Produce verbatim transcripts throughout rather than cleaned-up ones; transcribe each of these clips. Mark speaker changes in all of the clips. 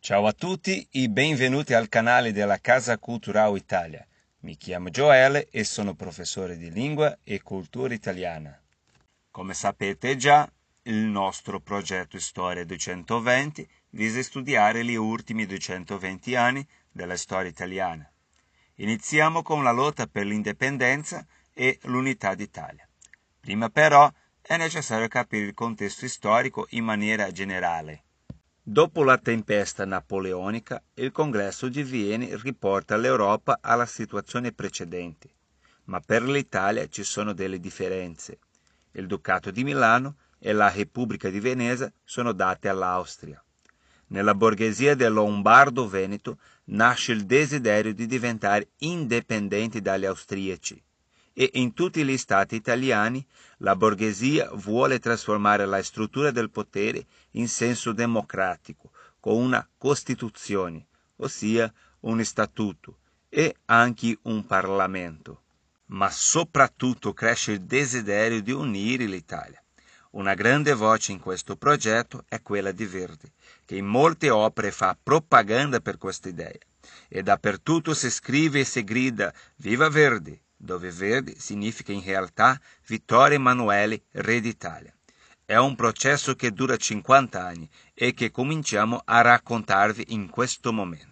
Speaker 1: Ciao a tutti e benvenuti al canale della Casa Cultural Italia. Mi chiamo Joele e sono professore di lingua e cultura italiana. Come sapete già, il nostro progetto Storia duecentoventi visa studiare gli ultimi duecentoventi anni della storia italiana. Iniziamo con la lotta per l'indipendenza e l'unità d'Italia. Prima però è necessario capire il contesto storico in maniera generale. Dopo la tempesta napoleonica, il Congresso di Vienna riporta l'Europa alla situazione precedente, ma per l'Italia ci sono delle differenze. Il Ducato di Milano e la Repubblica di Venezia sono date all'Austria. Nella borghesia del Lombardo-Veneto nasce il desiderio di diventare indipendenti dagli austriaci e in tutti gli stati italiani la borghesia vuole trasformare la struttura del potere in senso democratico, con una Costituzione, ossia un statuto, e anche un Parlamento. Ma soprattutto cresce il desiderio di unire l'Italia. Una grande voce in questo progetto è quella di Verdi, che in molte opere fa propaganda per questa idea, e dappertutto si scrive e si grida «Viva Verdi!», dove Verdi significa in realtà Vittorio Emanuele, re d'Italia. È un processo che dura cinquanta anni e che cominciamo a raccontarvi in questo momento.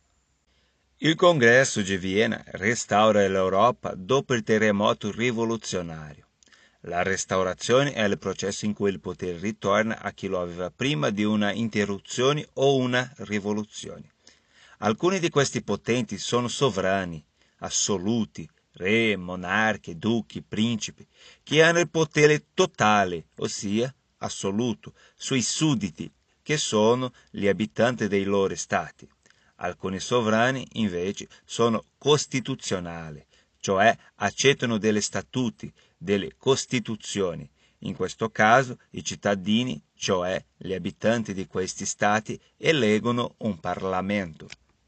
Speaker 1: Il Congresso di Vienna restaura l'Europa dopo il terremoto rivoluzionario. La restaurazione è il processo in cui il potere ritorna a chi lo aveva prima di una interruzione o una rivoluzione. Alcuni di questi potenti sono sovrani, assoluti, re, monarchi, duchi, principi, che hanno il potere totale, ossia assoluto, sui sudditi, che sono gli abitanti dei loro stati. Alcuni sovrani, invece, sono costituzionali, cioè accettano degli statuti, delle costituzioni. In questo caso i cittadini, cioè gli abitanti di questi stati, eleggono un Parlamento.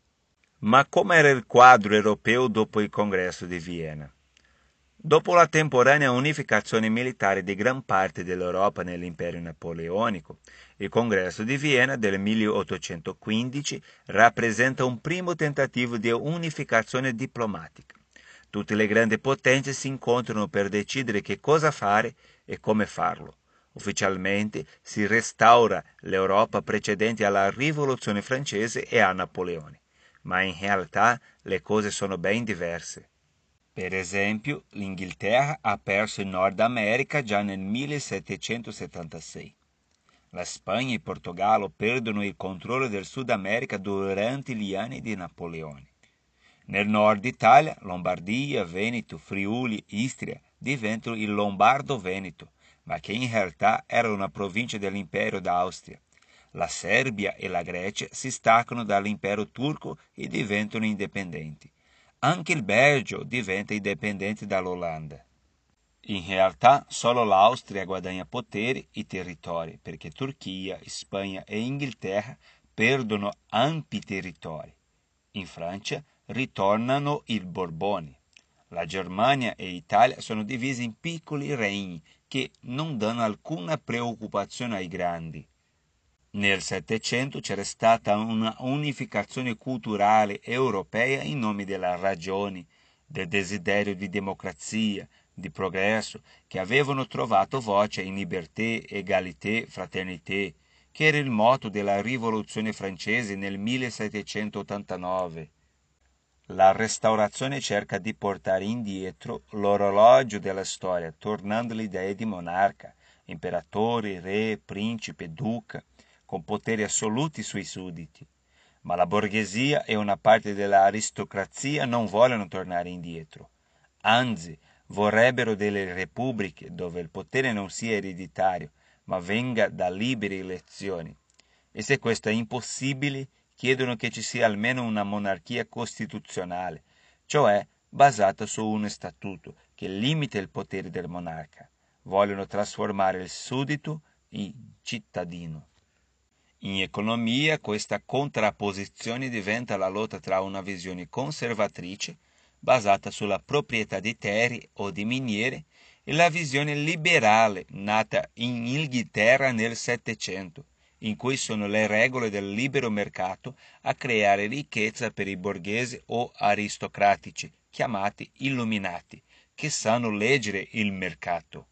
Speaker 1: Ma com'era il quadro europeo dopo il Congresso di Vienna? Dopo la temporanea unificazione militare di gran parte dell'Europa nell'impero napoleonico, il Congresso di Vienna del milleottocentoquindici rappresenta un primo tentativo di unificazione diplomatica. Tutte le grandi potenze si incontrano per decidere che cosa fare e come farlo. Ufficialmente si restaura l'Europa precedente alla Rivoluzione francese e a Napoleone, ma in realtà le cose sono ben diverse. Per esempio, l'Inghilterra ha perso il Nord America già nel millesettecentosettantasei. La Spagna e il Portogallo perdono il controllo del Sud America durante gli anni di Napoleone. Nel Nord Italia, Lombardia, Veneto, Friuli, Istria diventano il Lombardo-Veneto, ma che in realtà era una provincia dell'impero d'Austria. La Serbia e la Grecia si staccano dall'impero turco e diventano indipendenti. Anche il Belgio diventa indipendente dall'Olanda. In realtà solo l'Austria guadagna potere e territori, perché Turchia, Spagna e Inghilterra perdono ampi territori. In Francia ritornano i Borboni. La Germania e l'Italia sono divisi in piccoli regni che non danno alcuna preoccupazione ai grandi. Nel Settecento c'era stata una unificazione culturale europea in nome della ragione, del desiderio di democrazia, di progresso, che avevano trovato voce in libertà, egalité, fraternità, che era il motto della rivoluzione francese nel millesettecentottantanove. La restaurazione cerca di portare indietro l'orologio della storia, tornando all'idea di monarca, imperatore, re, principe, duca, con poteri assoluti sui sudditi. Ma la borghesia e una parte dell'aristocrazia non vogliono tornare indietro. Anzi, vorrebbero delle repubbliche dove il potere non sia ereditario, ma venga da libere elezioni. E se questo è impossibile, chiedono che ci sia almeno una monarchia costituzionale, cioè basata su un statuto che limita il potere del monarca. Vogliono trasformare il suddito in cittadino. In economia questa contrapposizione diventa la lotta tra una visione conservatrice, basata sulla proprietà di terre o di miniere, e la visione liberale nata in Inghilterra nel Settecento in cui sono le regole del libero mercato a creare ricchezza per i borghesi o aristocratici, chiamati illuminati, che sanno leggere il mercato.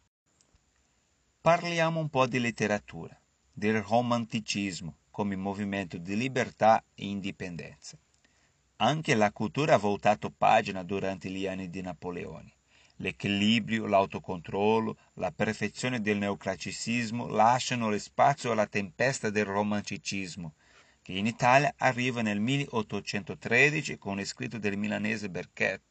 Speaker 1: Parliamo un po' di letteratura, del romanticismo come movimento di libertà e indipendenza. Anche la cultura ha voltato pagina durante gli anni di Napoleone. L'equilibrio, l'autocontrollo, la perfezione del neoclassicismo lasciano lo spazio alla tempesta del romanticismo, che in Italia arriva nel milleottocentotredici con lo scritto del milanese Berchet.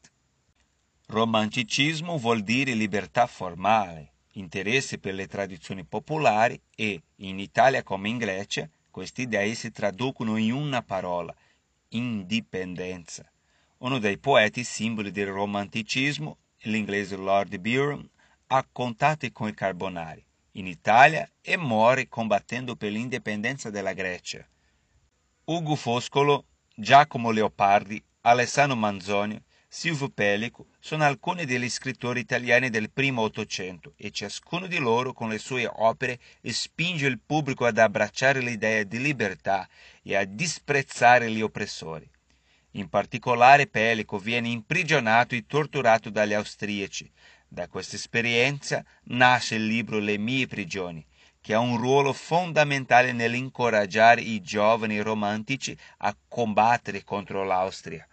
Speaker 1: Romanticismo vuol dire libertà formale, interesse per le tradizioni popolari e, in Italia come in Grecia, queste idee si traducono in una parola: indipendenza. Uno dei poeti simboli del romanticismo, l'inglese Lord Byron, ha contatti con i Carbonari in Italia e muore combattendo per l'indipendenza della Grecia. Ugo Foscolo, Giacomo Leopardi, Alessandro Manzoni, Silvio Pellico sono alcuni degli scrittori italiani del primo Ottocento e ciascuno di loro con le sue opere spinge il pubblico ad abbracciare l'idea di libertà e a disprezzare gli oppressori. In particolare Pellico viene imprigionato e torturato dagli austriaci. Da questa esperienza nasce il libro Le mie prigioni, che ha un ruolo fondamentale nell'incoraggiare i giovani romantici a combattere contro l'Austria.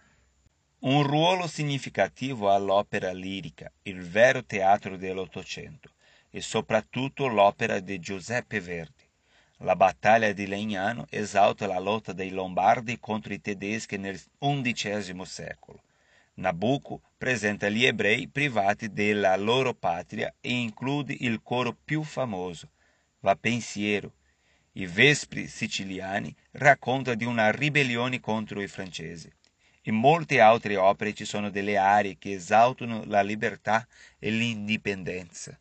Speaker 1: Un ruolo significativo all'opera lirica, il vero teatro dell'Ottocento, e soprattutto l'opera di Giuseppe Verdi. La battaglia di Legnano esalta la lotta dei Lombardi contro i tedeschi nell'undicesimo secolo. Nabucco presenta gli ebrei privati della loro patria e include il coro più famoso, Va Pensiero. I Vespri siciliani racconta di una ribellione contro i francesi. In molte altre opere ci sono delle arie che esaltano la libertà e l'indipendenza.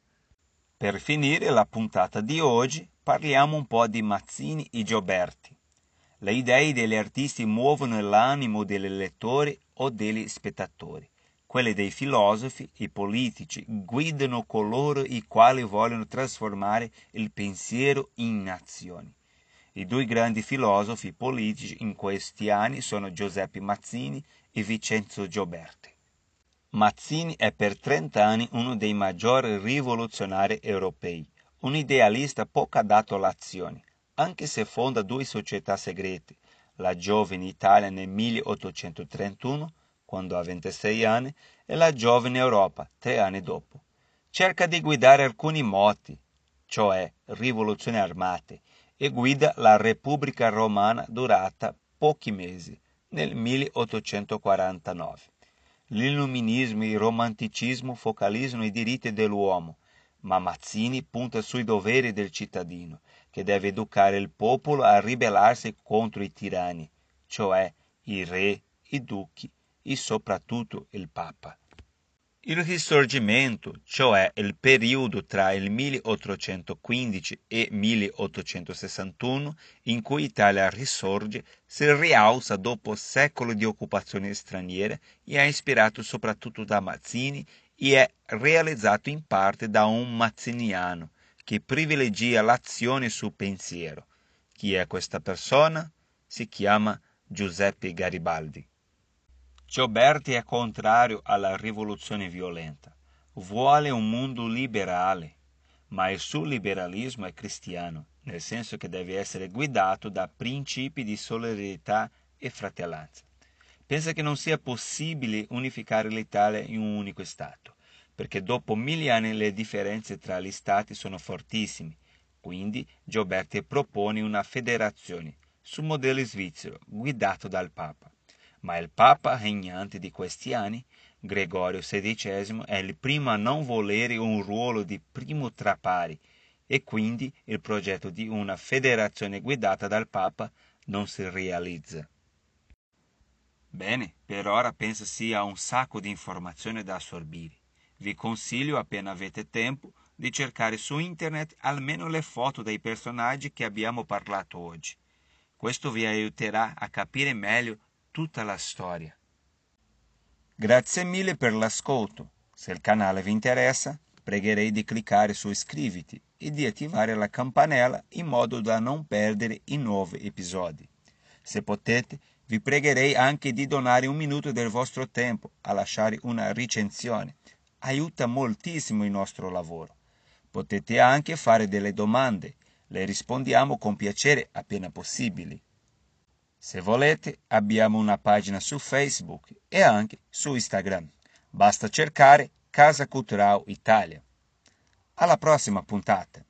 Speaker 1: Per finire la puntata di oggi parliamo un po' di Mazzini e Gioberti. Le idee degli artisti muovono l'animo dei lettori o degli spettatori. Quelle dei filosofi e politici guidano coloro i quali vogliono trasformare il pensiero in azioni. I due grandi filosofi politici in questi anni sono Giuseppe Mazzini e Vincenzo Gioberti. Mazzini è per trenta anni uno dei maggiori rivoluzionari europei, un idealista poco adatto all'azione, anche se fonda due società segrete, la Giovane Italia nel milleottocentotrentuno, quando ha ventisei anni, e la Giovane Europa, tre anni dopo. Cerca di guidare alcuni moti, cioè rivoluzioni armate, e guida la Repubblica Romana durata pochi mesi, nel milleottocentoquarantanove. L'illuminismo e il romanticismo focalizzano i diritti dell'uomo, ma Mazzini punta sui doveri del cittadino, che deve educare il popolo a ribellarsi contro i tiranni, cioè i re, i duchi e soprattutto il Papa. Il Risorgimento, cioè il periodo tra il milleottocentoquindici e milleottocentosessantuno in cui l'Italia risorge, si rialza dopo secoli di occupazione straniera e è ispirato soprattutto da Mazzini e è realizzato in parte da un mazziniano che privilegia l'azione sul pensiero. Chi è questa persona? Si chiama Giuseppe Garibaldi. Gioberti è contrario alla rivoluzione violenta, vuole un mondo liberale, ma il suo liberalismo è cristiano, nel senso che deve essere guidato da principi di solidarietà e fratellanza. Pensa che non sia possibile unificare l'Italia in un unico Stato, perché dopo mille anni le differenze tra gli Stati sono fortissime, quindi Gioberti propone una federazione, sul modello svizzero, guidato dal Papa. Ma il Papa regnante di questi anni, Gregorio sedicesimo, è il primo a non volere un ruolo di primo tra pari e quindi il progetto di una federazione guidata dal Papa non si realizza. Bene, per ora penso sia un sacco di informazioni da assorbire. Vi consiglio, appena avete tempo, di cercare su internet almeno le foto dei personaggi che abbiamo parlato oggi. Questo vi aiuterà a capire meglio tutta la storia. Grazie mille per l'ascolto. Se il canale vi interessa, pregherei di cliccare su iscriviti e di attivare la campanella in modo da non perdere i nuovi episodi. Se potete, vi pregherei anche di donare un minuto del vostro tempo a lasciare una recensione. Aiuta moltissimo il nostro lavoro. Potete anche fare delle domande, le rispondiamo con piacere appena possibile. Se volete, abbiamo una pagina su Facebook e anche su Instagram. Basta cercare Casa Cultural Italia. Alla prossima puntata!